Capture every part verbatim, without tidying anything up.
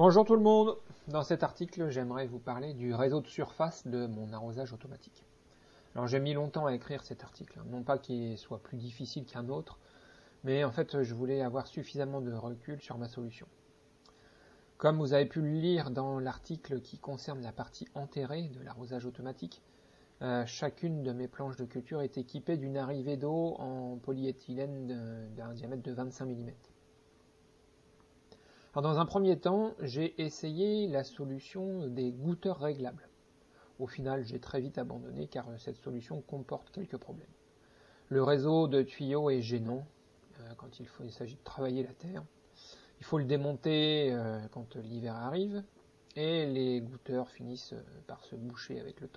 Bonjour tout le monde. Dans cet article, j'aimerais vous parler du réseau de surface de mon arrosage automatique. Alors j'ai mis longtemps à écrire cet article, non pas qu'il soit plus difficile qu'un autre, mais en fait je voulais avoir suffisamment de recul sur ma solution. Comme vous avez pu le lire dans l'article qui concerne la partie enterrée de l'arrosage automatique, euh, chacune de mes planches de culture est équipée d'une arrivée d'eau en polyéthylène d'un diamètre de vingt-cinq millimètres. Alors dans un premier temps, j'ai essayé la solution des goutteurs réglables. Au final, j'ai très vite abandonné car cette solution comporte quelques problèmes. Le réseau de tuyaux est gênant euh, quand il, faut, il s'agit de travailler la terre. Il faut le démonter euh, quand l'hiver arrive et les goutteurs finissent par se boucher avec le temps.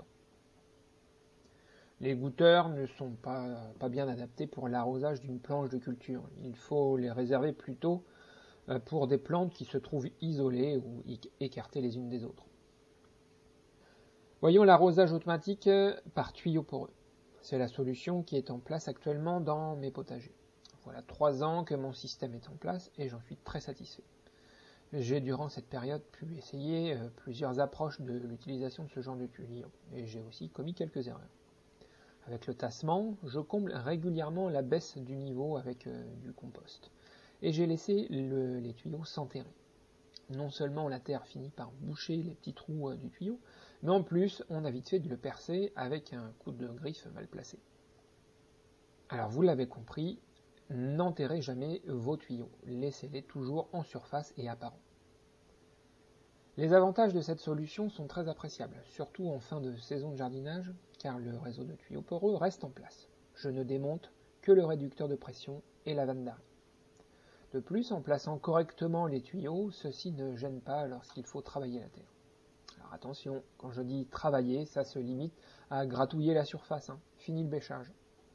Les goutteurs ne sont pas, pas bien adaptés pour l'arrosage d'une planche de culture. Il faut les réserver plutôt pour des plantes qui se trouvent isolées ou écartées les unes des autres. Voyons l'arrosage automatique par tuyaux poreux. C'est la solution qui est en place actuellement dans mes potagers. Voilà trois ans que mon système est en place et j'en suis très satisfait. J'ai durant cette période pu essayer plusieurs approches de l'utilisation de ce genre de tuyaux et j'ai aussi commis quelques erreurs. Avec le tassement, je comble régulièrement la baisse du niveau avec euh, du compost. Et j'ai laissé le, les tuyaux s'enterrer. Non seulement la terre finit par boucher les petits trous du tuyau, mais en plus on a vite fait de le percer avec un coup de griffe mal placé. Alors vous l'avez compris, n'enterrez jamais vos tuyaux, laissez-les toujours en surface et apparents. Les avantages de cette solution sont très appréciables, surtout en fin de saison de jardinage, car le réseau de tuyaux poreux reste en place. Je ne démonte que le réducteur de pression et la vanne d'arrêt. De plus, en plaçant correctement les tuyaux, ceux-ci ne gênent pas lorsqu'il faut travailler la terre. Alors attention, quand je dis travailler, ça se limite à gratouiller la surface, hein. Fini le bêchage.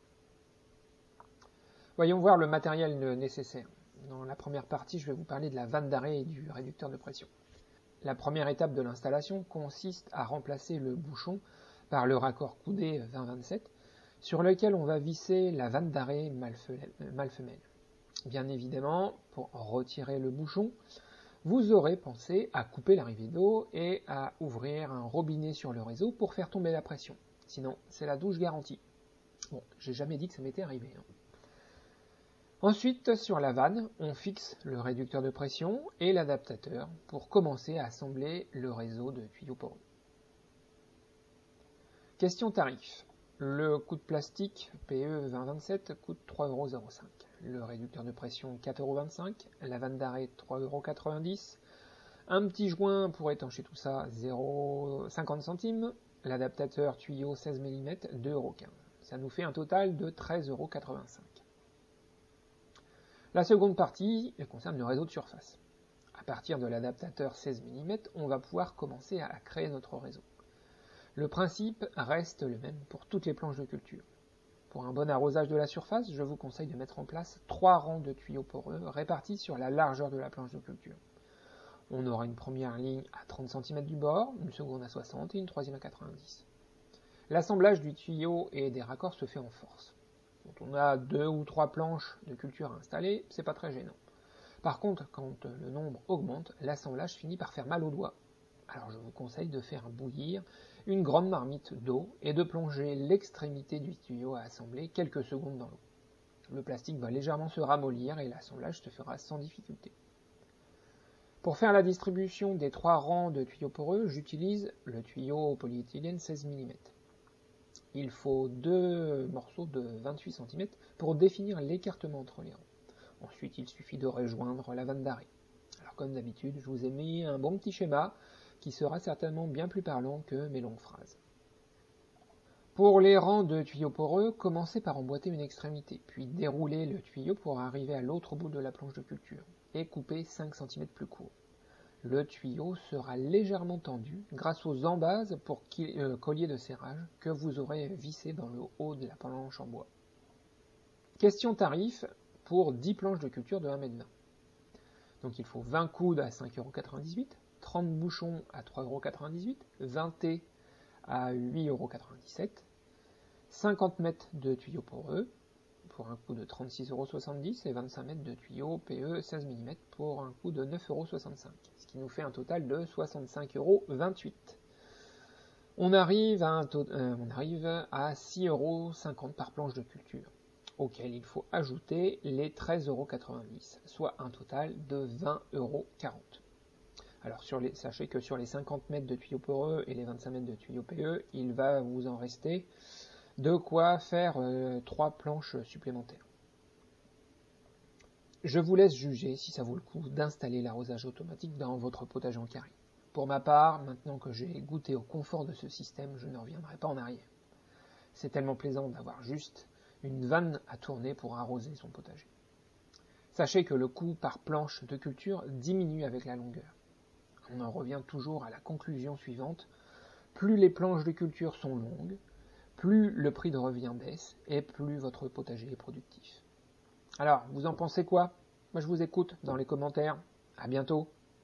Voyons voir le matériel nécessaire. Dans la première partie, je vais vous parler de la vanne d'arrêt et du réducteur de pression. La première étape de l'installation consiste à remplacer le bouchon par le raccord coudé vingt vingt-sept, sur lequel on va visser la vanne d'arrêt mâle femelle. Bien évidemment, pour retirer le bouchon, vous aurez pensé à couper l'arrivée d'eau et à ouvrir un robinet sur le réseau pour faire tomber la pression. Sinon, c'est la douche garantie. Bon, j'ai jamais dit que ça m'était arrivé. Hein. Ensuite, sur la vanne, on fixe le réducteur de pression et l'adaptateur pour commencer à assembler le réseau de tuyaux poreux. Question tarif. Le coup de plastique P E vingt vingt-sept coûte trois euros zéro cinq. Le réducteur de pression quatre euros vingt-cinq, la vanne d'arrêt trois euros quatre-vingt-dix, un petit joint pour étancher tout ça zéro virgule cinquante centimes, l'adaptateur tuyau seize millimètres deux euros quinze. Ça nous fait un total de treize euros quatre-vingt-cinq. La seconde partie concerne le réseau de surface. À partir de l'adaptateur seize millimètres, on va pouvoir commencer à créer notre réseau. Le principe reste le même pour toutes les planches de culture. Pour un bon arrosage de la surface, je vous conseille de mettre en place trois rangs de tuyaux poreux répartis sur la largeur de la planche de culture. On aura une première ligne à trente centimètres du bord, une seconde à soixante et une troisième à quatre-vingt-dix. L'assemblage du tuyau et des raccords se fait en force. Quand on a deux ou trois planches de culture à installer, c'est pas très gênant. Par contre, quand le nombre augmente, l'assemblage finit par faire mal aux doigts. Alors je vous conseille de faire bouillir une grande marmite d'eau et de plonger l'extrémité du tuyau à assembler quelques secondes dans l'eau. Le plastique va légèrement se ramollir et l'assemblage se fera sans difficulté. Pour faire la distribution des trois rangs de tuyaux poreux, j'utilise le tuyau polyéthylène seize millimètres. Il faut deux morceaux de vingt-huit centimètres pour définir l'écartement entre les rangs. Ensuite, il suffit de rejoindre la vanne d'arrêt. Alors comme d'habitude, je vous ai mis un bon petit schéma qui sera certainement bien plus parlant que mes longues phrases. Pour les rangs de tuyaux poreux, commencez par emboîter une extrémité, puis déroulez le tuyau pour arriver à l'autre bout de la planche de culture, et coupez cinq centimètres plus court. Le tuyau sera légèrement tendu grâce aux embases pour euh, collier de serrage que vous aurez vissé dans le haut de la planche en bois. Question tarif pour dix planches de culture de un mètre vingt. Donc il faut vingt coudes à cinq euros quatre-vingt-dix-huit, trente bouchons à trois euros quatre-vingt-dix-huit, vingt T à huit euros quatre-vingt-dix-sept, cinquante mètres de tuyaux poreux pour un coût coût de trente-six euros soixante-dix et vingt-cinq mètres de tuyau P E seize millimètres pour un coût de neuf euros soixante-cinq, ce qui nous fait un total de soixante-cinq euros vingt-huit. On arrive à, un taux, euh, on arrive à six euros cinquante par planche de culture, auquel il faut ajouter les treize euros quatre-vingt-dix, soit un total de vingt euros quarante. Alors sur les, sachez que sur les cinquante mètres de tuyau poreux et les vingt-cinq mètres de tuyau P E, il va vous en rester de quoi faire euh, trois planches supplémentaires. Je vous laisse juger si ça vaut le coup d'installer l'arrosage automatique dans votre potager en carré. Pour ma part, maintenant que j'ai goûté au confort de ce système, je ne reviendrai pas en arrière. C'est tellement plaisant d'avoir juste une vanne à tourner pour arroser son potager. Sachez que le coût par planche de culture diminue avec la longueur. On en revient toujours à la conclusion suivante. Plus les planches de culture sont longues, plus le prix de revient baisse et plus votre potager est productif. Alors, vous en pensez quoi? Moi je vous écoute dans les commentaires. À bientôt.